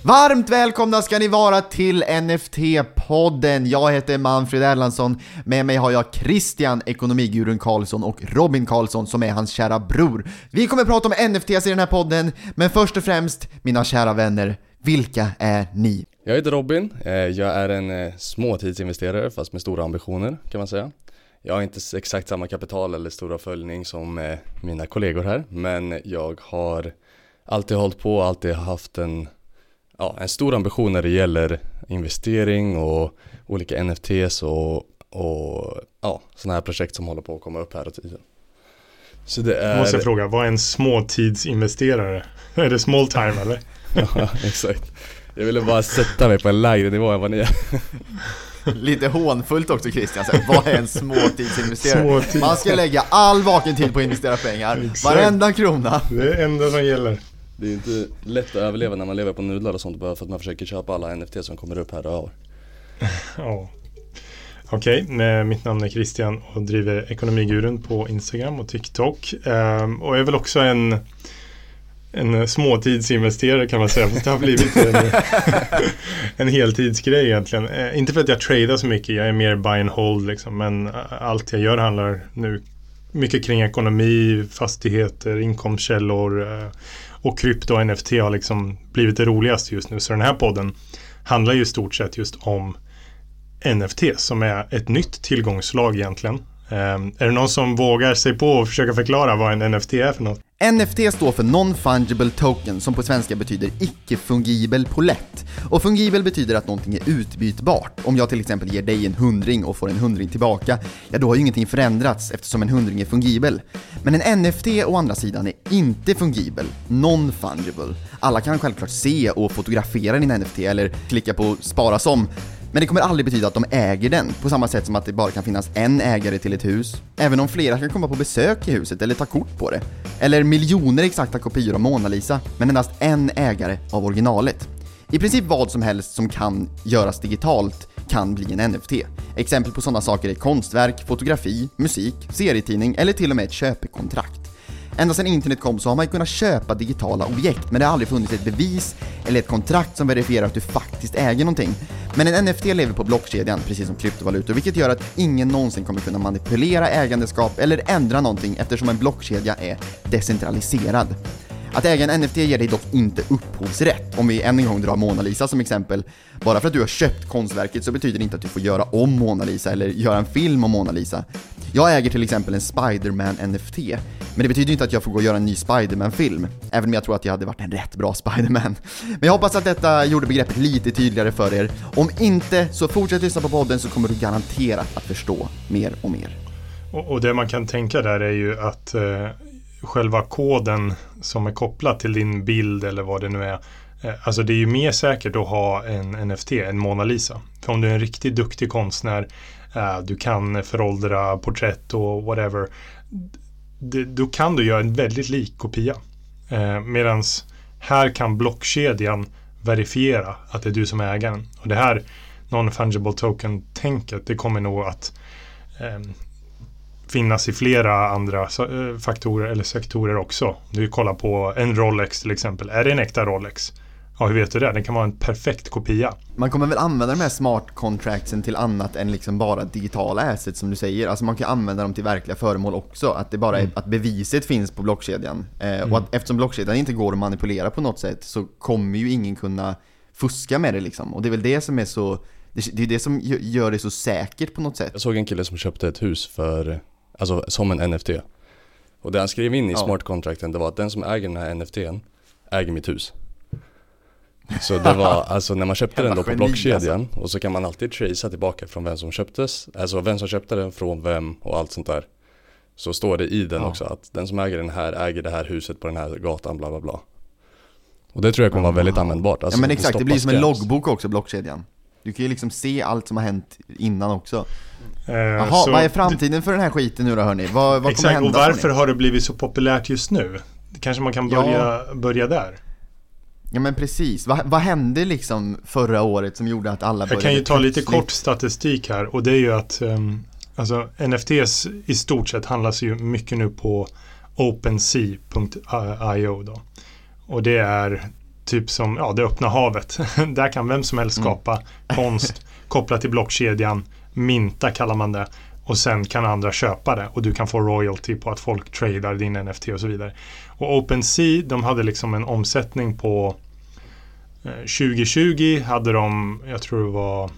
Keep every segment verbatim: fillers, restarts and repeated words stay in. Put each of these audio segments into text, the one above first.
Varmt välkomna ska ni vara till N F T-podden. Jag heter Manfred Erlandsson. Med mig har jag Christian, ekonomigurun Karlsson, och Robin Karlsson som är hans kära bror. Vi kommer att prata om N F Ts i den här podden, men först och främst, mina kära vänner, vilka är ni? Jag heter Robin. Jag är en småtidsinvesterare fast med stora ambitioner, kan man säga. Jag har inte exakt samma kapital eller stora följning som mina kollegor här, men jag har alltid hållit på och alltid haft en Ja, en stor ambition när det gäller investering och olika N F Ts och, och ja, sådana här projekt som håller på att komma upp här och tiden. Så det är... Jag måste fråga, vad är en småtidsinvesterare? Är det small time eller? Ja, exakt. Jag ville bara sätta mig på en lägre nivå än vad ni är. Lite hånfullt också, Christian. Så, vad är en småtidsinvesterare? Småtids. Man ska lägga all vaken tid på att investera pengar. Exakt. Varenda krona. Det är det enda som gäller. Det är inte lätt att överleva när man lever på nudlar och sånt, bara för att man försöker köpa alla N F T som kommer upp här och över. Ja. Okej, okay, mitt namn är Christian och driver ekonomigurun på Instagram och TikTok. Um, och jag är väl också en, en småtidsinvesterare, kan man säga. Fast det har blivit en, en heltidsgrej egentligen. Uh, inte för att jag tradar så mycket, jag är mer buy and hold liksom. Men allt jag gör handlar nu mycket kring ekonomi, fastigheter, inkomstkällor uh, och krypto och N F T har liksom blivit det roligaste just nu. Så den här podden handlar ju i stort sett just om N F T som är ett nytt tillgångsslag egentligen. Um, är det någon som vågar sig på att försöka förklara vad en N F T är för något? N F T står för Non-Fungible Token, som på svenska betyder icke-fungibel polett. Och fungibel betyder att någonting är utbytbart. Om jag till exempel ger dig en hundring och får en hundring tillbaka, ja, då har ju ingenting förändrats eftersom en hundring är fungibel. Men en N F T å andra sidan är inte fungibel, non-fungible. Alla kan självklart se och fotografera din N F T eller klicka på spara som, men det kommer aldrig betyda att de äger den, på samma sätt som att det bara kan finnas en ägare till ett hus, även om flera kan komma på besök i huset eller ta kort på det. Eller miljoner exakta kopior av Mona Lisa, men endast en ägare av originalet. I princip vad som helst som kan göras digitalt kan bli en N F T. Exempel på sådana saker är konstverk, fotografi, musik, serietidning eller till och med ett köpekontrakt. Ända sedan internet kom så har man kunnat köpa digitala objekt, men det har aldrig funnits ett bevis eller ett kontrakt som verifierar att du faktiskt äger någonting. Men en N F T lever på blockkedjan, precis som kryptovalutor, vilket gör att ingen någonsin kommer kunna manipulera ägandeskap eller ändra någonting eftersom en blockkedja är decentraliserad. Att äga en N F T ger dig dock inte upphovsrätt. Om vi än en gång drar Mona Lisa som exempel. Bara för att du har köpt konstverket så betyder det inte att du får göra om Mona Lisa eller göra en film om Mona Lisa. Jag äger till exempel en Spider-Man N F T, men det betyder inte att jag får gå och göra en ny Spider-Man-film, även om jag tror att jag hade varit en rätt bra Spider-Man. Men jag hoppas att detta gjorde begreppet lite tydligare för er. Om inte, så fortsätt lyssna på podden så kommer du garanterat att förstå mer och mer. Och, och det man kan tänka där är ju att eh, själva koden som är kopplad till din bild eller vad det nu är, eh, alltså det är ju mer säkert att ha en N F T än Mona Lisa. För om du är en riktigt duktig konstnär, Uh, du kan föråldra porträtt och whatever, D- då kan du göra en väldigt lik kopia. Uh, medans här kan blockkedjan verifiera att det är du som är ägaren. Och det här non-fungible token-tänket, det kommer nog att um, finnas i flera andra uh, faktorer eller sektorer också. Om du kollar på en Rolex till exempel. Är det en äkta Rolex? Ja, hur vet du det? Det kan vara en perfekt kopia. Man kommer väl använda de här smart contractsen till annat än liksom bara digitala assets som du säger. Alltså man kan använda dem till verkliga föremål också. Att det bara är mm. att beviset finns på blockkedjan. Eh, mm. Och att eftersom blockkedjan inte går att manipulera på något sätt så kommer ju ingen kunna fuska med det liksom. Och det är väl det som är så... Det är det som gör det så säkert på något sätt. Jag såg en kille som köpte ett hus för, alltså som en N F T. Och det han skrev in i ja. smart contracten, det var att den som äger den här N F T:n äger mitt hus. Så det var, alltså när man köpte den då på blockkedjan alltså. Och så kan man alltid tracea tillbaka från vem som köptes, alltså vem som köpte den från vem och allt sånt där. Så står det i den ja. också att den som äger den här äger det här huset på den här gatan, bla bla bla. Och det tror jag kommer vara väldigt användbart. Alltså, ja men exakt, det blir som en scams. loggbok också, blockkedjan. Du kan ju liksom se allt som har hänt innan också. Eh, Jaha, vad är framtiden för den här skiten nu då, hörni? Vad, vad exakt, kommer hända? Och varför har det blivit så populärt just nu? Kanske man kan börja, ja. börja där. Ja men precis, vad, vad hände liksom förra året som gjorde att alla började... Jag kan ju ta plötsligt... lite kort statistik här, och det är ju att um, alltså, N F Ts i stort sett handlas ju mycket nu på OpenSea punkt io då. Och det är typ som ja, det öppna havet. Där kan vem som helst skapa mm. konst kopplat till blockkedjan. Minta kallar man det. Och sen kan andra köpa det. Och du kan få royalty på att folk tradar din N F T och så vidare. Och OpenSea, de hade liksom en omsättning på eh, tjugo tjugo hade de, jag tror det var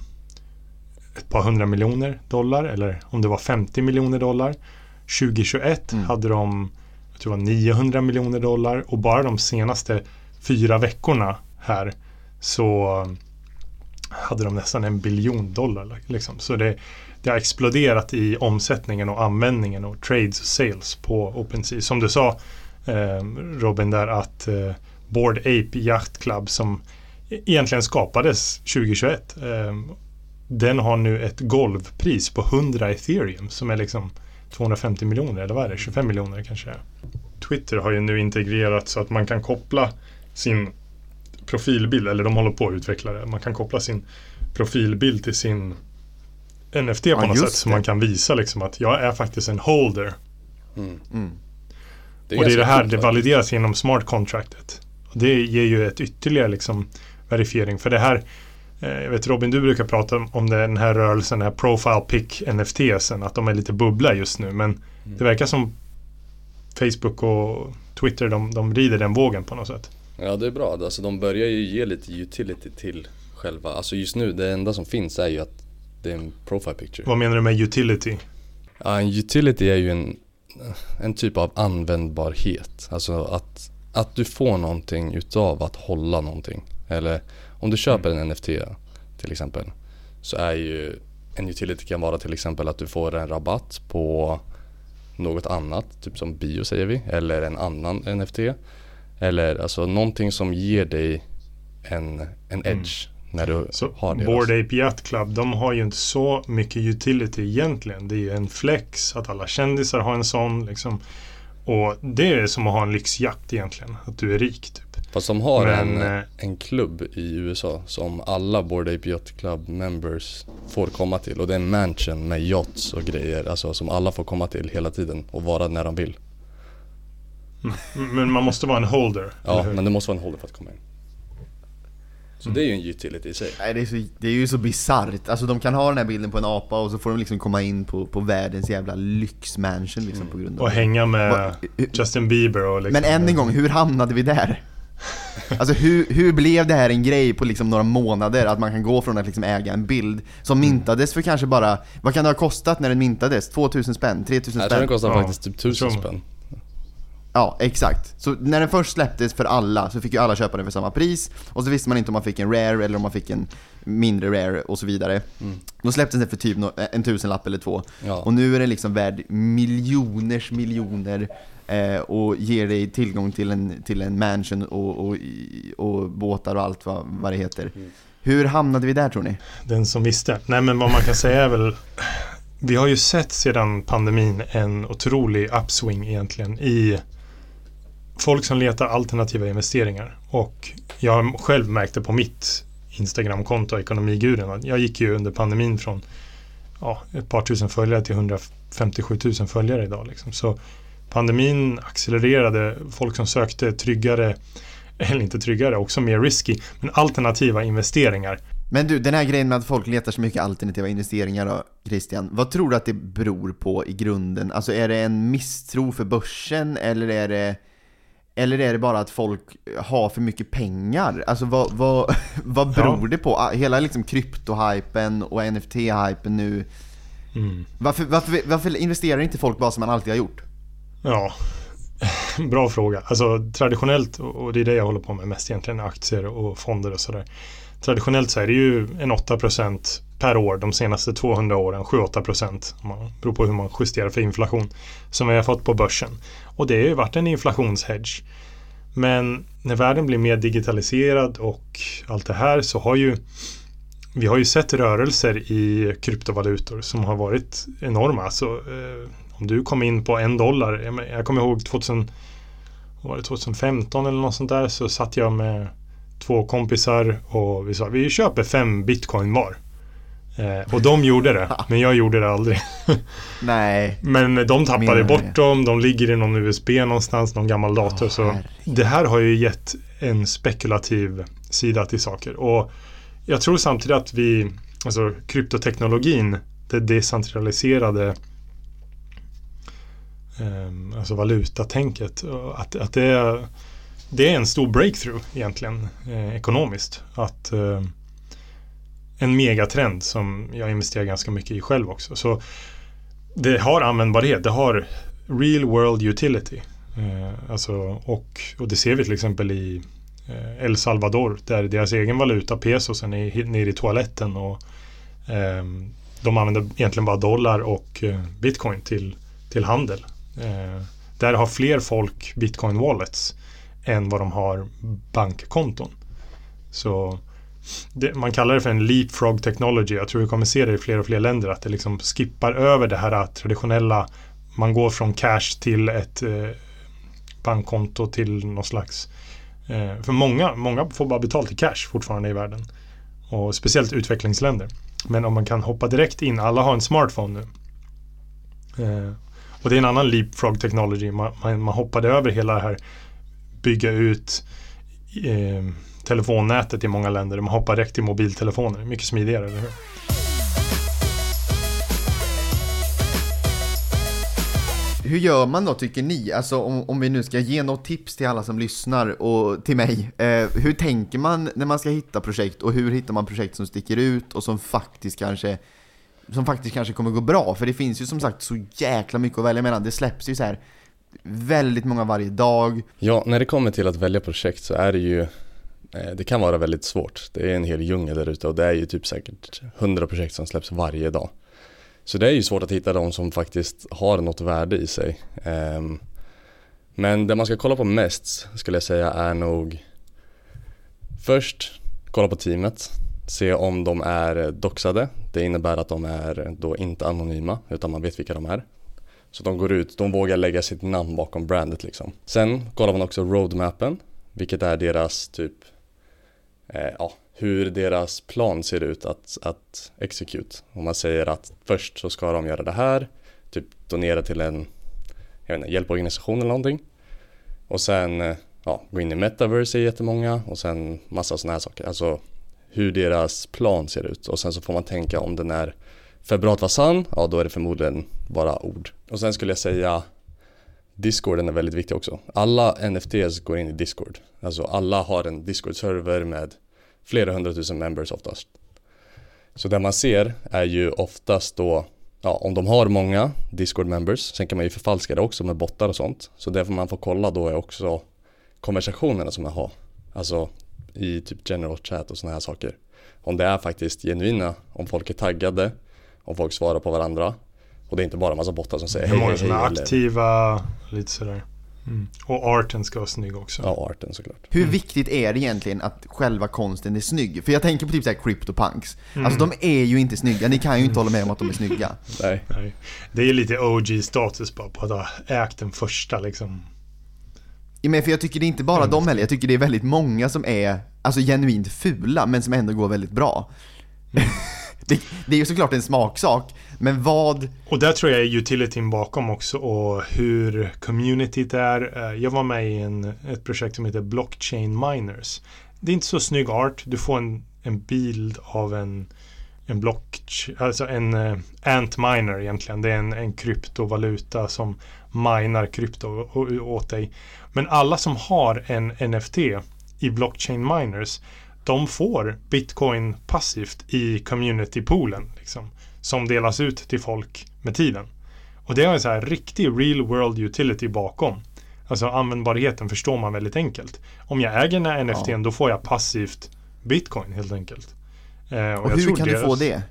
ett par hundra miljoner dollar. Eller om det var femtio miljoner dollar. tjugo tjugoett mm. hade de, jag tror det var niohundra miljoner dollar. Och bara de senaste fyra veckorna här så hade de nästan en biljon dollar. Liksom. Så det, det har exploderat i omsättningen och användningen och trades och sales på OpenSea. Som du sa eh, Robin där att eh, Bored Ape Yacht Club som egentligen skapades tjugo tjugoett eh, den har nu ett golvpris på hundra ethereum som är liksom tvåhundrafemtio miljoner eller vad är det? tjugofem miljoner kanske. Twitter har ju nu integrerat så att man kan koppla sin profilbild, eller de håller på att utveckla det. Man kan koppla sin profilbild till sin N F T på ja, något sätt. Så det. Man kan visa liksom att jag är faktiskt en holder. Mm. Mm. Det och det är det här, det valideras genom smart contractet. Och det ger ju ett ytterligare liksom verifiering. För det här, eh, jag vet Robin, du brukar prata om den här rörelsen, den här profile pick N F T-sen, att de är lite bubbla just nu. Men mm. det verkar som Facebook och Twitter, de, de rider den vågen på något sätt. Ja, det är bra. Alltså, de börjar ju ge lite utility till själva. Alltså just nu, det enda som finns är ju att det är en profile picture. Vad menar du med utility? Ja, en utility är ju en, en typ av användbarhet. Alltså att, att du får någonting utav att hålla någonting. Eller om du köper mm. en N F T till exempel, så är ju en utility kan vara till exempel att du får en rabatt på något annat, typ som bio säger vi, eller en annan N F T. Eller alltså någonting som ger dig en, en edge mm. när du så har det. Bored Ape Yacht Club, de har ju inte så mycket utility egentligen. Det är ju en flex att alla kändisar har en sån liksom. Och det är som att ha en lyxjakt egentligen, att du är rik typ. Fast de har Men, en, en klubb i U S A som alla Bored Ape Yacht Club members får komma till. Och det är en mansion med yachts och grejer, alltså som alla får komma till hela tiden och vara när de vill. Men man måste vara en holder. Ja, men det måste vara en holder för att komma in. Så mm. det är ju en utility i sig. Nej, det är, så, det är ju så bizarrt. Alltså de kan ha den här bilden på en apa och så får de liksom komma in på, på världens jävla lyxmansion liksom, mm. på grund av och hänga med Va, Justin Bieber och liksom. Men än en gång, hur hamnade vi där? Alltså hur, hur blev det här en grej på liksom några månader, att man kan gå från att liksom äga en bild som mintades för kanske bara, vad kan det ha kostat när den mintades? tvåtusen spänn, tre tusen spänn? Jag tror den kostade ja. faktiskt typ tusen spänn. Ja, exakt. Så när den först släpptes för alla så fick ju alla köpa den för samma pris. Och så visste man inte om man fick en rare eller om man fick en mindre rare och så vidare. Mm. Då släpptes den för typ en tusenlapp eller två. Ja. Och nu är den liksom värd miljoners miljoner eh, och ger dig tillgång till en, till en mansion och, och, och båtar och allt vad, vad det heter. Mm. Hur hamnade vi där tror ni? Den som visste. Nej, men vad man kan säga är väl, vi har ju sett sedan pandemin en otrolig upswing egentligen i folk som letar alternativa investeringar. Och jag själv märkte på mitt Instagram-konto Ekonomiguren. Jag gick ju under pandemin från ja, ett par tusen följare till hundrafemtiosju tusen följare idag. Liksom. Så pandemin accelererade folk som sökte tryggare, eller inte tryggare, också mer risky, men alternativa investeringar. Men du, den här grejen med att folk letar så mycket alternativa investeringar då, Christian, vad tror du att det beror på i grunden? Alltså är det en misstro för börsen eller är det Eller är det bara att folk har för mycket pengar? Alltså vad, vad, vad beror ja. det på? Hela liksom kryptohypen och N F T-hypen nu. Mm. Varför, varför, varför investerar inte folk bara som man alltid har gjort? Ja, bra fråga. Alltså traditionellt, och det är det jag håller på med mest egentligen, aktier och fonder och sådär. Traditionellt så är det ju en åtta procent per år de senaste tvåhundra åren, sju till åtta procent, man beror på hur man justerar för inflation, som vi har fått på börsen. Och det har ju varit en inflationshedge. Men när världen blir mer digitaliserad och allt det här, så har ju vi har ju sett rörelser i kryptovalutor som har varit enorma. Alltså, eh, om du kom in på en dollar, jag, jag kommer ihåg tjugohundra, var det tjugohundrafemton eller något sånt där, så satt jag med två kompisar och vi sa vi köper fem bitcoin var. Eh, och de gjorde det, men jag gjorde det aldrig. Nej. Men de tappade Menar bort det. dem, de ligger i någon U S B någonstans, någon gammal dator. Åh, så herregud. det här har ju gett en spekulativ sida till saker. Och jag tror samtidigt att vi, alltså kryptoteknologin, det decentraliserade eh, alltså valutatänket, att, att det, är, det är en stor breakthrough egentligen eh, ekonomiskt. Att eh, en megatrend som jag investerar ganska mycket i själv också. Så det har användbarhet, det har real world utility. Eh, alltså, och, och det ser vi till exempel i eh, El Salvador, där deras egen valuta, pesosen, är nere i toaletten och eh, de använder egentligen bara dollar och eh, bitcoin till, till handel. Eh, där har fler folk bitcoin wallets än vad de har bankkonton. Så det, man kallar det för en leapfrog technology. Jag tror vi kommer se det i fler och fler länder, att det liksom skippar över det här traditionella. Man går från cash till ett eh, bankkonto till någon slags eh, för många, många får bara betalt i cash fortfarande i världen, och speciellt utvecklingsländer. Men om man kan hoppa direkt in, alla har en smartphone nu, eh, och det är en annan leapfrog technology. Man, man, man hoppade över hela det här bygga ut eh, telefonnätet i många länder. Man hoppar direkt till mobiltelefoner. Mycket smidigare, eller hur? Hur gör man då, tycker ni? Alltså om, om vi nu ska ge något tips till alla som lyssnar och till mig. Eh, hur tänker man när man ska hitta projekt, och hur hittar man projekt som sticker ut och som faktiskt kanske som faktiskt kanske kommer gå bra? För det finns ju som sagt så jäkla mycket att välja mellan. Det släpps ju så här väldigt många varje dag. Ja, när det kommer till att välja projekt så är det ju det kan vara väldigt svårt. Det är en hel djungel där ute och det är ju typ säkert hundra projekt som släpps varje dag. Så det är ju svårt att hitta de som faktiskt har något värde i sig. Men det man ska kolla på mest skulle jag säga är nog först kolla på teamet. Se om de är doxade. Det innebär att de är då inte anonyma utan man vet vilka de är. Så de går ut, de vågar lägga sitt namn bakom brandet liksom. Sen kollar man också roadmappen, vilket är deras typ eh, ja, hur deras plan ser ut att, att execute. Om man säger att först så ska de göra det här, typ donera till en jag vet inte, hjälporganisation eller någonting. Och sen eh, ja, gå in i metaverse är jättemånga och sen massa sådana här saker. Alltså hur deras plan ser ut. Och sen så får man tänka om den är för bra att vara sann, ja då är det förmodligen bara ord. Och sen skulle jag säga Discorden är väldigt viktig också. Alla N F Ts går in i Discord. Alltså alla har en Discord-server med flera hundratusen members oftast. Så det man ser är ju oftast då, ja om de har många Discord-members, sen kan man ju förfalska det också med bottar och sånt. Så det man får kolla då är också konversationerna som man har. Alltså i typ general chat och såna här saker. Om det är faktiskt genuina, om folk är taggade, om folk svarar på varandra. Och det är inte bara en massa bottar som säger hej, hej, hej. Hur många som är aktiva, lite sådär. Mm. Och arten ska vara snygg också. Ja, arten såklart. Hur mm. viktigt är det egentligen att själva konsten är snygg? För jag tänker på typ såhär CryptoPunks. Mm. Alltså de är ju inte snygga. Ni kan ju inte hålla med om att de är snygga. Nej. Nej. Det är lite O G-status bara på att ha ägt den första liksom. Ja, men för jag tycker det är inte bara mm. de heller. Jag tycker det är väldigt många som är alltså genuint fula men som ändå går väldigt bra. Mm. det, det är ju såklart en smaksak. Men vad... Och där tror jag är utilityn bakom också och hur communityt är. Jag var med i en, ett projekt som heter Blockchain Miners. Det är inte så snygg art. Du får en, en bild av en en block, alltså en uh, ant miner egentligen. Det är en, en kryptovaluta som minar krypto åt dig. Men alla som har en N F T i Blockchain Miners, de får bitcoin passivt i community-poolen liksom, som delas ut till folk med tiden. Och det är en så här riktig real world utility bakom. Alltså användbarheten förstår man väldigt enkelt. Om jag äger den här N F T:n, ja. Då får jag passivt bitcoin helt enkelt. Eh, och och jag hur tror kan deras, du få det?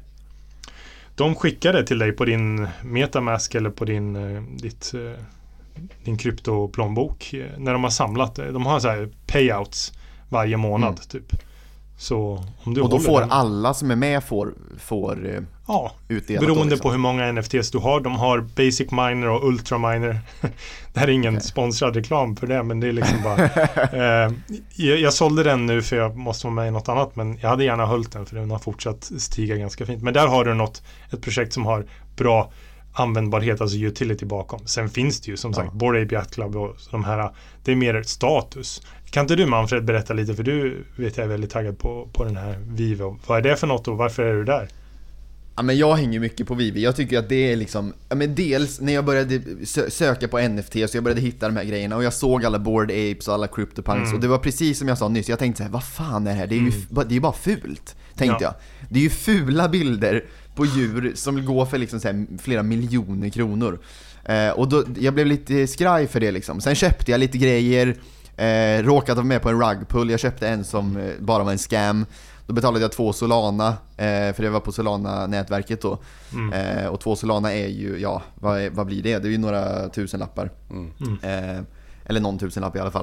De skickar det till dig på din Metamask eller på din, eh, ditt, eh, din kryptoplånbok eh, när de har samlat det. De har så här payouts varje månad mm. typ. Så om du och då får den, alla som är med får, får ja, utdelat. Beroende då, liksom. på hur många N F Ts du har. De har Basic Miner och Ultra Miner. Det här är ingen okay. sponsrad reklam för det, men det är liksom bara... eh, jag, jag sålde den nu för jag måste vara med i något annat, men jag hade gärna hållit den för den har fortsatt stiga ganska fint. Men där har du något, ett projekt som har bra användbarhet, alltså utility bakom. Sen finns det ju som sagt ja. Bored Ape Yacht Club och de här, det är mer status. Kan inte du, Manfred, berätta lite, för du vet jag är väldigt taggad på, på den här Vivo. Vad är det för något och varför är du där? Ja, men jag hänger mycket på Vivi. Jag tycker att det är liksom, ja, men dels när jag började sö- söka på N F T, så jag började hitta de här grejerna och jag såg alla Bored Apes och alla CryptoPunks mm. och det var precis som jag sa nyss. Jag tänkte så här, vad fan är det här? Det är ju mm. det är bara fult, tänkte ja. jag. Det är ju fula bilder på djur som går för liksom så här flera miljoner kronor. Eh, och då, jag blev lite skraj för det liksom. Sen köpte jag lite grejer, eh, råkade vara med på en rugpull. Jag köpte en som eh, bara var en scam. Då betalade jag två Solana, eh, för det var på Solana-nätverket då. Mm. Eh, och två Solana är ju, ja, vad, är, vad blir det? Det är ju några tusen lappar. Mm. Eh, eller någon tusen lapp i alla fall.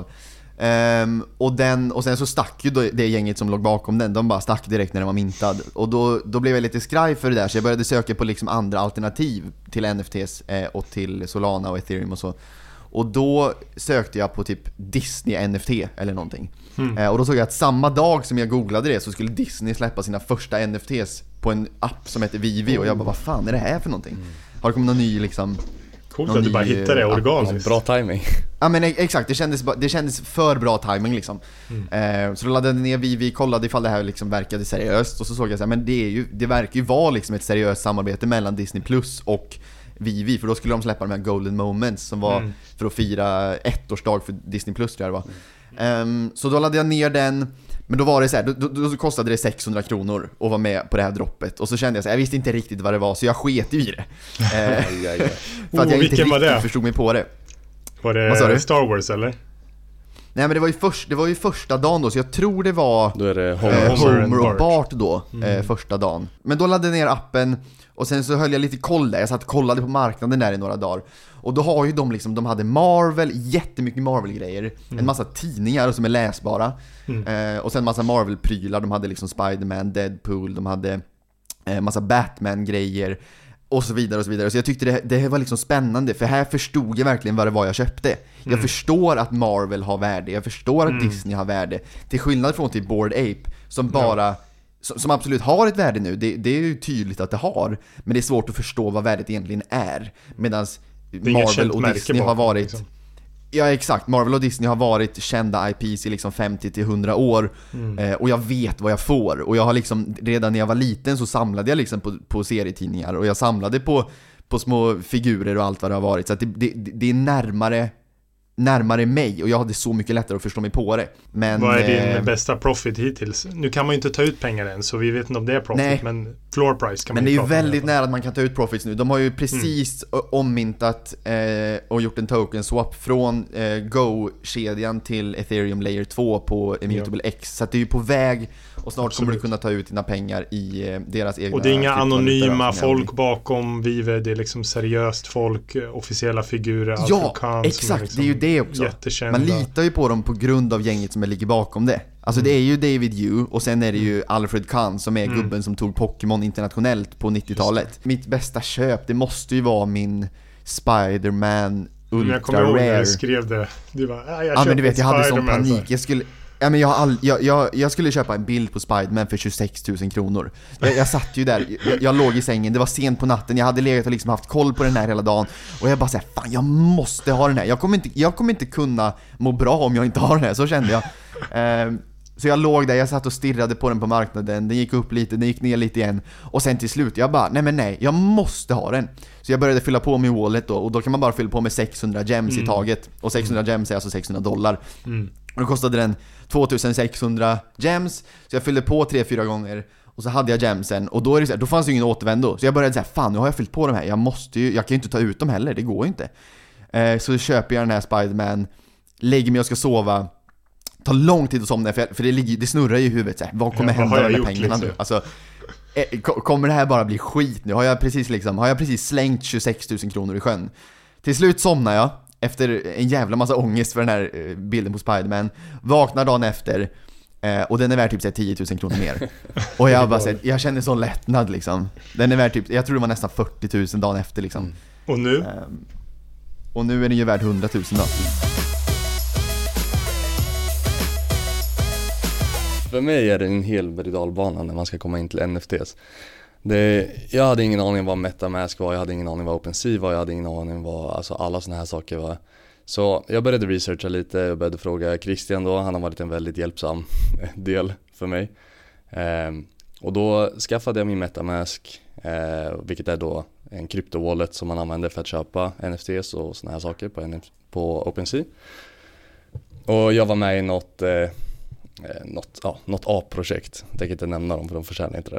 Um, och, den, och sen så stack ju då det gänget som låg bakom den. De bara stack direkt när den var mintad. Och då, då blev jag lite skraj för det där. Så jag började söka på liksom andra alternativ till N F Ts eh, och till Solana och Ethereum och så. Och då sökte jag på typ Disney N F T eller någonting. Mm. eh, Och då såg jag att samma dag som jag googlade det så skulle Disney släppa sina första N F Ts på en app som heter Vivi. mm. Och jag bara, vad fan är det här för någonting? Mm. Har det kommit någon ny liksom... Coolt att du bara hittade det organiskt. Bra timing. Ja, men exakt, det kändes, det kändes för bra timing liksom. Mm. eh, Så då laddade jag ner Vivi, kollade ifall det här liksom verkade seriöst. Och så såg jag så här, men det, är ju, det verkar ju vara liksom ett seriöst samarbete mellan Disney Plus och Vivi. För då skulle de släppa de här Golden Moments som var mm. för att fira ettårsdag för Disney Plus, tror jag det var. mm. um, Så då laddade jag ner den. Men då var det så här, då, då, då kostade det sexhundra kronor att vara med på det här droppet. Och så kände jag så här, jag visste inte riktigt vad det var, så jag sket i det. eh, för att jag oh, inte riktigt var förstod mig på det. Var det Star Wars eller? Nej, men det var ju, först, det var ju första dagen då, så jag tror det var då är det Homer, eh, Homer, Homer och Bart då, mm. eh, första dagen. Men då laddade jag ner appen och sen så höll jag lite koll där. Jag satt och kollade på marknaden där i några dagar. Och då har ju de liksom, de hade Marvel, jättemycket Marvel-grejer. Mm. En massa tidningar som är läsbara. Mm. Eh, och sen massa Marvel-prylar. De hade liksom Spider-Man, Deadpool, de hade eh, massa Batman-grejer. Och så vidare och så vidare. Så jag tyckte det, det var liksom spännande. För här förstod jag verkligen vad det var jag köpte. Mm. Jag förstår att Marvel har värde. Jag förstår att mm. Disney har värde. Till skillnad från typ Bored Ape, som bara... Ja. Som absolut har ett värde nu, det, det är ju tydligt att det har. Men det är svårt att förstå vad värdet egentligen är. Medan Marvel och Disney har varit liksom. Ja, exakt, Marvel och Disney har varit kända I Ps i liksom femtio till hundra år. mm. eh, Och jag vet vad jag får. Och jag har liksom, redan när jag var liten så samlade jag liksom på, på serietidningar. Och jag samlade på, på små figurer och allt vad det har varit. Så att det, det, det är närmare närmare mig, och jag hade så mycket lättare att förstå mig på det. Men, vad är din eh, bästa profit hittills? Nu kan man ju inte ta ut pengar än, så vi vet inte om det är profit, nej. Men floor price kan men man ju Men det är ju väldigt nära att man kan ta ut profits nu. De har ju precis mm. ommintat eh, och gjort en token swap från eh, Go-kedjan till Ethereum Layer två på Immutable ja. X. Så att det är ju på väg, och snart Absolut. kommer du kunna ta ut dina pengar i eh, deras egna. Och det är inga anonyma folk bakom Vive, det är liksom seriöst folk, officiella figurer. Ja, exakt, liksom, det är ju det också. Man litar ju på dem på grund av gänget som ligger bakom det. Alltså mm. det är ju David Yu, och sen är det ju Alfred Kahn som är mm. gubben som tog Pokémon internationellt på nittiotalet. Mitt bästa köp, det måste ju vara min Spider-Man Ultra jag kommer ihåg Rare. När du skrev det. Du bara, ah, jag ja, men du vet, jag hade sån Spider-Man, panik. Jag skulle... Ja, men jag, all, jag, jag, jag skulle köpa en bild på Spider-Man för tjugosex tusen kronor. Jag, jag satt ju där, jag, jag låg i sängen, det var sent på natten, jag hade legat och liksom haft koll på den här hela dagen. Och jag bara såhär, fan jag måste ha den här. Jag kommer inte, jag kommer inte kunna må bra om jag inte har den här, så kände jag. Eh, så jag låg där, jag satt och stirrade på den på marknaden. Den gick upp lite, den gick ner lite igen. Och sen till slut, jag bara, nej men nej, jag måste ha den. Så jag började fylla på min wallet då. Och då kan man bara fylla på med sexhundra gems mm. i taget. Och sexhundra gems är alltså sexhundra dollar. Mm. Och då kostade den tvåtusensexhundra gems. Så jag fyllde på tre fyra gånger. Och så hade jag gemsen. Och då, är det så här, då fanns det ju ingen återvändo. Så jag började säga, fan nu har jag fyllt på de här. Jag måste ju, jag kan ju inte ta ut dem heller, det går ju inte. eh, Så köper jag den här Spider-Man, lägger mig och ska sova. Tar lång tid att somna, för, för det, ligger, det snurrar i huvudet så här, vad kommer ja, hända med pengarna liksom? nu? Alltså, eh, kommer det här bara bli skit nu? Har jag precis, liksom, har jag precis slängt tjugosex tusen kronor i sjön? Till slut somnar jag efter en jävla massa ångest för den här bilden på Spider-Man. Vaknar dagen efter, Eh, och den är värd typ så här, tio tusen kronor mer. Och jag bara så här, jag känner sån lättnad liksom. Den är värd typ, jag tror det var nästan fyrtio tusen dagen efter liksom. Mm. Och nu? Eh, och nu är den ju värd hundra tusen då. För mig är det en hel berg-och-dalbana när man ska komma in till N F Ts. Det, jag hade ingen aning vad MetaMask var, jag hade ingen aning vad OpenSea var, jag hade ingen aning vad alltså alla såna här saker var. Så jag började researcha lite, jag började fråga Christian då, han har varit en väldigt hjälpsam del för mig. Ehm, och då skaffade jag min MetaMask, eh, vilket är då en krypto-wallet som man använder för att köpa N F Ts och såna här saker på, N F- på OpenSea. Och jag var med i något... Eh, Eh, något, ja, något A-projekt. Jag tänker inte nämna dem för de förtjänar inte det.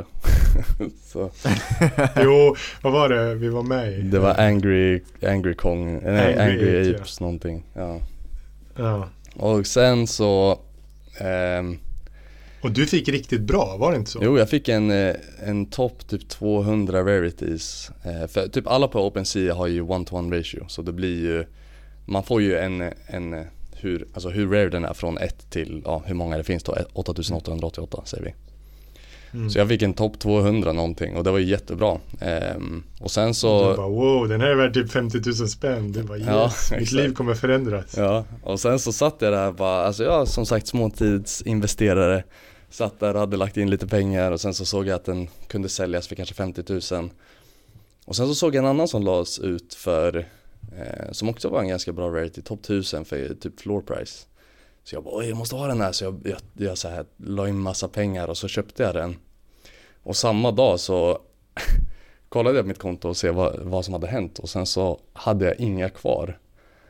Så. Jo, vad var det vi var med i? Det var Angry, Angry Kong, nej, Angry, Angry Apes, ja. någonting. Ja. Ja. Och sen så... Ehm, och du fick riktigt bra, var det inte så? Jo, jag fick en, en topp typ tvåhundra rarities. Eh, för typ alla på OpenSea har ju one-to-one ratio. Så det blir ju... Man får ju en... en hur, alltså hur rare den är från ett till, ja, hur många det finns då, åtta tusen åttahundraåttioåtta säger vi. Mm. Så jag fick en topp tvåhundra någonting och det var ju jättebra. Ehm, och sen så... Du bara, wow, den här är värd typ femtio tusen spänn. Du bara, yes, ja, mitt exakt. Liv kommer förändras. Ja, och sen så satt jag där bara, alltså jag som sagt småtidsinvesterare, satt där och hade lagt in lite pengar och sen så såg jag att den kunde säljas för kanske femtio tusen. Och sen så såg jag en annan som lades ut för... Eh, som också var en ganska bra rarity, topp tusen för typ floor price. Så jag bara, oj jag måste ha den här. Så jag, jag, jag så här, la in massa pengar och så köpte jag den. Och samma dag så kollade jag på mitt konto och se vad, vad som hade hänt. Och sen så hade jag inga kvar.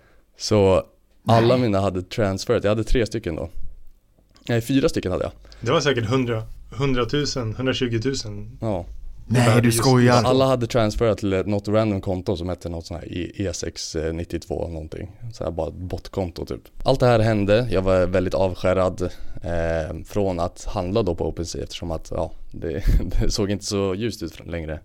Så alla Nej. mina hade transferat. Jag hade tre stycken då. Nej, fyra stycken hade jag. Det var säkert hundra tusen, hundratjugo tusen. Ja. Nej, du skojar. Alla hade transferat till något random konto som hette något sån här E sex nittiotvå någonting. Så här bara botkonto typ. Allt det här hände. Jag var väldigt avskärrad eh, från att handla då på OpenSea eftersom att ja, det, det såg inte så ljust ut längre.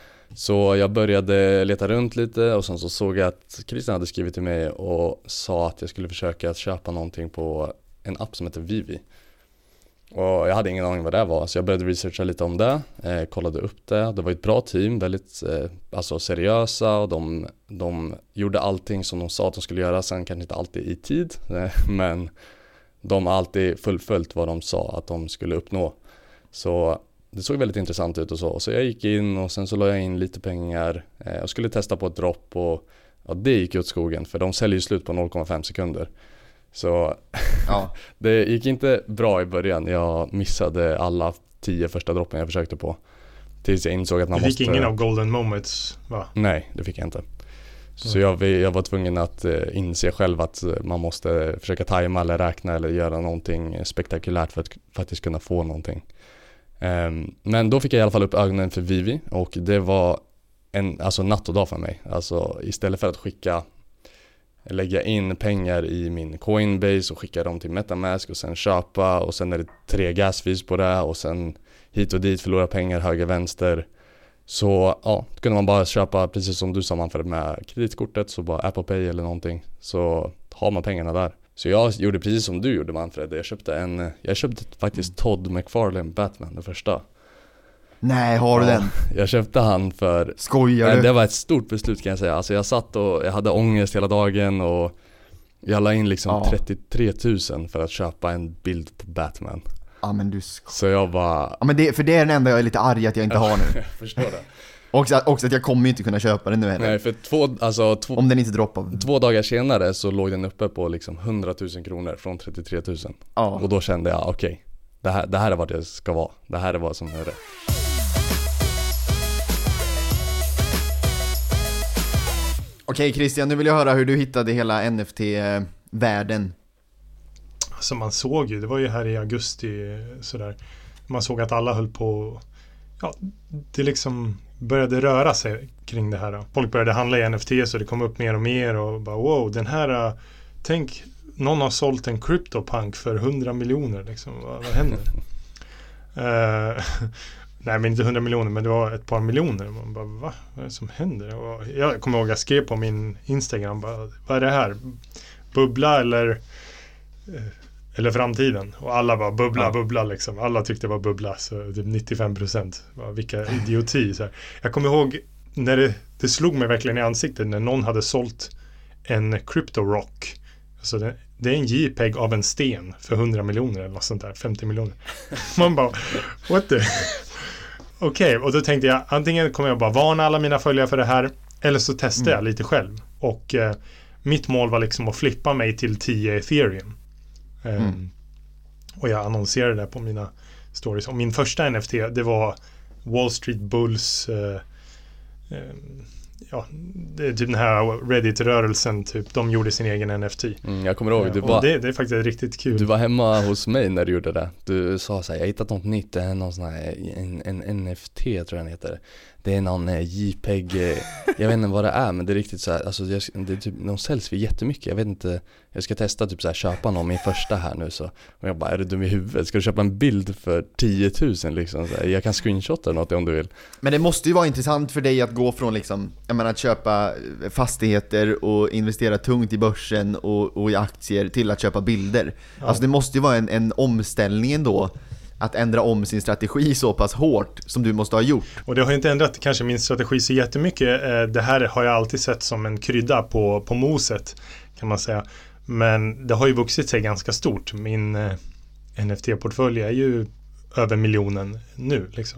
Så jag började leta runt lite och sen så såg jag att Christian hade skrivit till mig och sa att jag skulle försöka köpa någonting på en app som heter Vivi. Och jag hade ingen aning vad det var, så jag började researcha lite om det, eh, kollade upp det. Det var ett bra team, väldigt eh, alltså seriösa och de, de gjorde allting som de sa att de skulle göra. Sen kanske inte alltid i tid, eh, men de har alltid fullföljt vad de sa att de skulle uppnå. Så det såg väldigt intressant ut och så. Så jag gick in och sen så la jag in lite pengar eh, och skulle testa på ett dropp och ja, det gick åt skogen för de säljer ju slut på noll komma fem sekunder. Så ja. Det gick inte bra i början. Jag missade alla tio första droppen jag försökte på. Tills jag insåg att man måste... Du fick måste... ingen av golden moments, va? Nej, det fick jag inte. Så mm. jag, jag var tvungen att uh, inse själv att man måste försöka tajma eller räkna eller göra någonting spektakulärt för att faktiskt kunna få någonting. Um, men då fick jag i alla fall upp ögonen för Vivi och det var en, alltså natt och dag för mig. Alltså istället för att skicka lägga in pengar i min Coinbase och skicka dem till MetaMask och sen köpa och sen är det tre gas fees på det och sen hit och dit förlora pengar höger vänster. Så ja, då kunde man bara köpa precis som du sa man för med kreditkortet så bara Apple Pay eller någonting så har man pengarna där. Så jag gjorde precis som du gjorde Manfred. Jag köpte en jag köpte faktiskt Todd McFarlane Batman den första. Nej, har du ja, den? Jag köpte han för... Skojar du? Det var ett stort beslut kan jag säga. Alltså jag satt och jag hade ångest hela dagen och jag la in liksom ja. trettiotre tusen för att köpa en bild på Batman. Ja, men du skojar. Så jag bara... Ja, men det, för det är den enda jag är lite arg att jag inte har nu. Jag förstår det. Också, också att jag kommer inte kunna köpa den nu heller. Nej, för två, alltså, två, om den inte droppar. Två dagar senare så låg den uppe på liksom hundra tusen kronor från trettiotre tusen. Ja. Och då kände jag, okej, okay, det, här, det här är vad det ska vara. Det här är vad som är rätt. Okej Christian, nu vill jag höra hur du hittade hela N F T-världen. Alltså man såg ju, det var ju här i augusti sådär. Man såg att alla höll på, ja, det liksom började röra sig kring det här. Folk började handla i N F T så det kom upp mer och mer och bara wow, den här, tänk, någon har sålt en CryptoPunk för hundra miljoner liksom, vad, vad händer? uh, Nej, men inte hundra miljoner, men det var ett par miljoner. Man bara, va? Vad är det som händer? Och jag kommer ihåg att jag skrev på min Instagram, bara, vad är det här? Bubbla eller eller framtiden. Och alla var bubbla, ja. bubbla liksom. Alla tyckte det var bubbla, så typ nittiofem procent. Vilka idioti. Så här. Jag kommer ihåg när det, det slog mig verkligen i ansiktet när någon hade sålt en Crypto Rock. Alltså det, det är en JPEG av en sten för hundra miljoner eller något sånt där, femtio miljoner. Man bara, what the... Okej, okay, och då tänkte jag, antingen kommer jag bara varna alla mina följare för det här, eller så testar mm. jag lite själv. Och eh, mitt mål var liksom att flippa mig till tio Ethereum. Um, mm. Och jag annonserade det på mina stories. Och min första N F T, det var Wall Street Bulls... Uh, um, ja, det är typ den här Reddit-rörelsen typ, de gjorde sin egen N F T. Mm, jag kommer ihåg, du ja, var, det, det är faktiskt riktigt kul. Du var hemma hos mig när du gjorde det. Du sa så här, jag har hittat något nytt, det är någon sån här, en, en N F T tror jag den heter. Det är någon eh, JPEG, eh, jag vet inte vad det är, men det är riktigt så här, alltså jag, det är typ, de säljs för jättemycket, jag vet inte, jag ska testa typ så här, köpa någon min första här nu så, och jag bara, är du dum i huvudet? Ska du köpa en bild för tio tusen liksom, så här, jag kan screenshotta något om du vill. Men det måste ju vara intressant för dig att gå från liksom, jag menar att köpa fastigheter och investera tungt i börsen och, och i aktier till att köpa bilder. Ja. Alltså det måste ju vara en, en omställning ändå, att ändra om sin strategi så pass hårt som du måste ha gjort. Och det har inte ändrat kanske min strategi så jättemycket. Det här har jag alltid sett som en krydda på, på moset kan man säga. Men det har ju vuxit sig ganska stort. Min eh, N F T-portfölj är ju över miljonen nu liksom.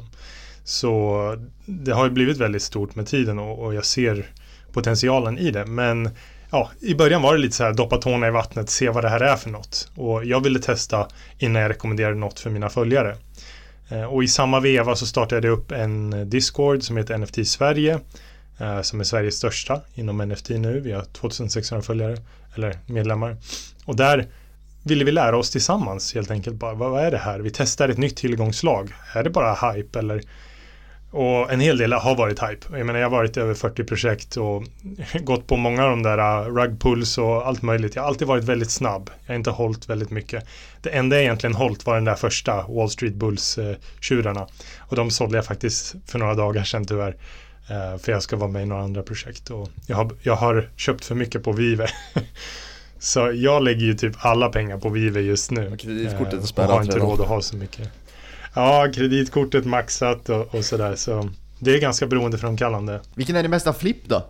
Så det har ju blivit väldigt stort med tiden och, och jag ser potentialen i det. Men ja, i början var det lite så här doppa tårna i vattnet, se vad det här är för något. Och jag ville testa innan jag rekommenderade något för mina följare. Eh, och i samma veva så startade jag upp en Discord som heter N F T Sverige. Eh, som är Sveriges största inom N F T nu. Vi har tjugosexhundra följare, eller medlemmar. Och där ville vi lära oss tillsammans helt enkelt. Bara, vad, vad är det här? Vi testar ett nytt tillgångslag. Är det bara hype eller... Och en hel del har varit hype. Jag menar, jag har varit över fyrtio projekt och gått på många av de där rug pulls och allt möjligt. Jag har alltid varit väldigt snabb. Jag har inte hållit väldigt mycket. Det enda jag egentligen hållit var den där första Wall Street Bulls-tjurarna. Och de sålde jag faktiskt för några dagar sedan tyvärr. För jag ska vara med i några andra projekt. Och jag har, jag har köpt för mycket på Vive. Så jag lägger ju typ alla pengar på Vive just nu. Och kreditkortet är spärrat. Och har inte råd att ha så mycket. Ja, kreditkortet maxat och, och sådär. Så det är ganska beroendeframkallande. Vilken är det mesta flipp då?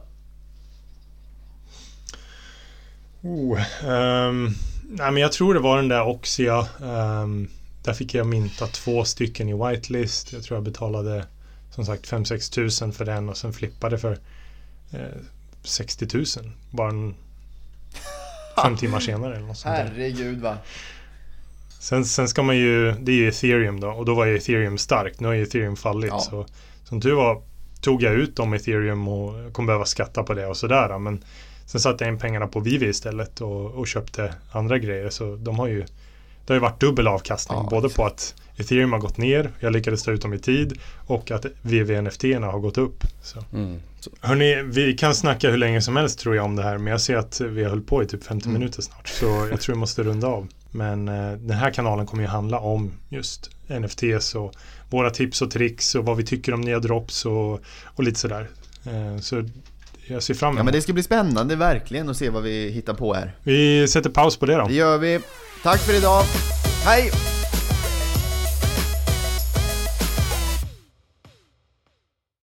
Oh, um, nej, men jag tror det var den där Oxia. Um, där fick jag mynta två stycken i whitelist. Jag tror jag betalade som sagt fem sex tusen för den och sen flippade för eh, sextio tusen. Bara en fem timmar senare eller något sånt där. Herregud va? Sen, sen ska man ju, det är ju Ethereum då, och då var ju Ethereum starkt. Nu har ju Ethereum fallit, ja. Så som tur var tog jag ut dem Ethereum och kommer behöva skatta på det och sådär. Men sen satte jag in pengarna på Vive istället och, och köpte andra grejer. Så de har ju, det har ju varit dubbel avkastning, ja, både på att Ethereum har gått ner, jag lyckades ta ut dem i tid, och att V V N F T-erna har gått upp. Så. Mm. Så. Hörrni, vi kan snacka hur länge som helst tror jag om det här, men jag ser att vi har hållit på i typ femtio mm. minuter snart, så jag tror vi måste runda av. Men eh, den här kanalen kommer ju handla om just N F Ts och våra tips och tricks och vad vi tycker om nya drops och, och lite sådär. Eh, så jag ser fram emot. Ja, men det ska bli spännande verkligen att se vad vi hittar på här. Vi sätter paus på det då. Det gör vi. Tack för idag. Hej!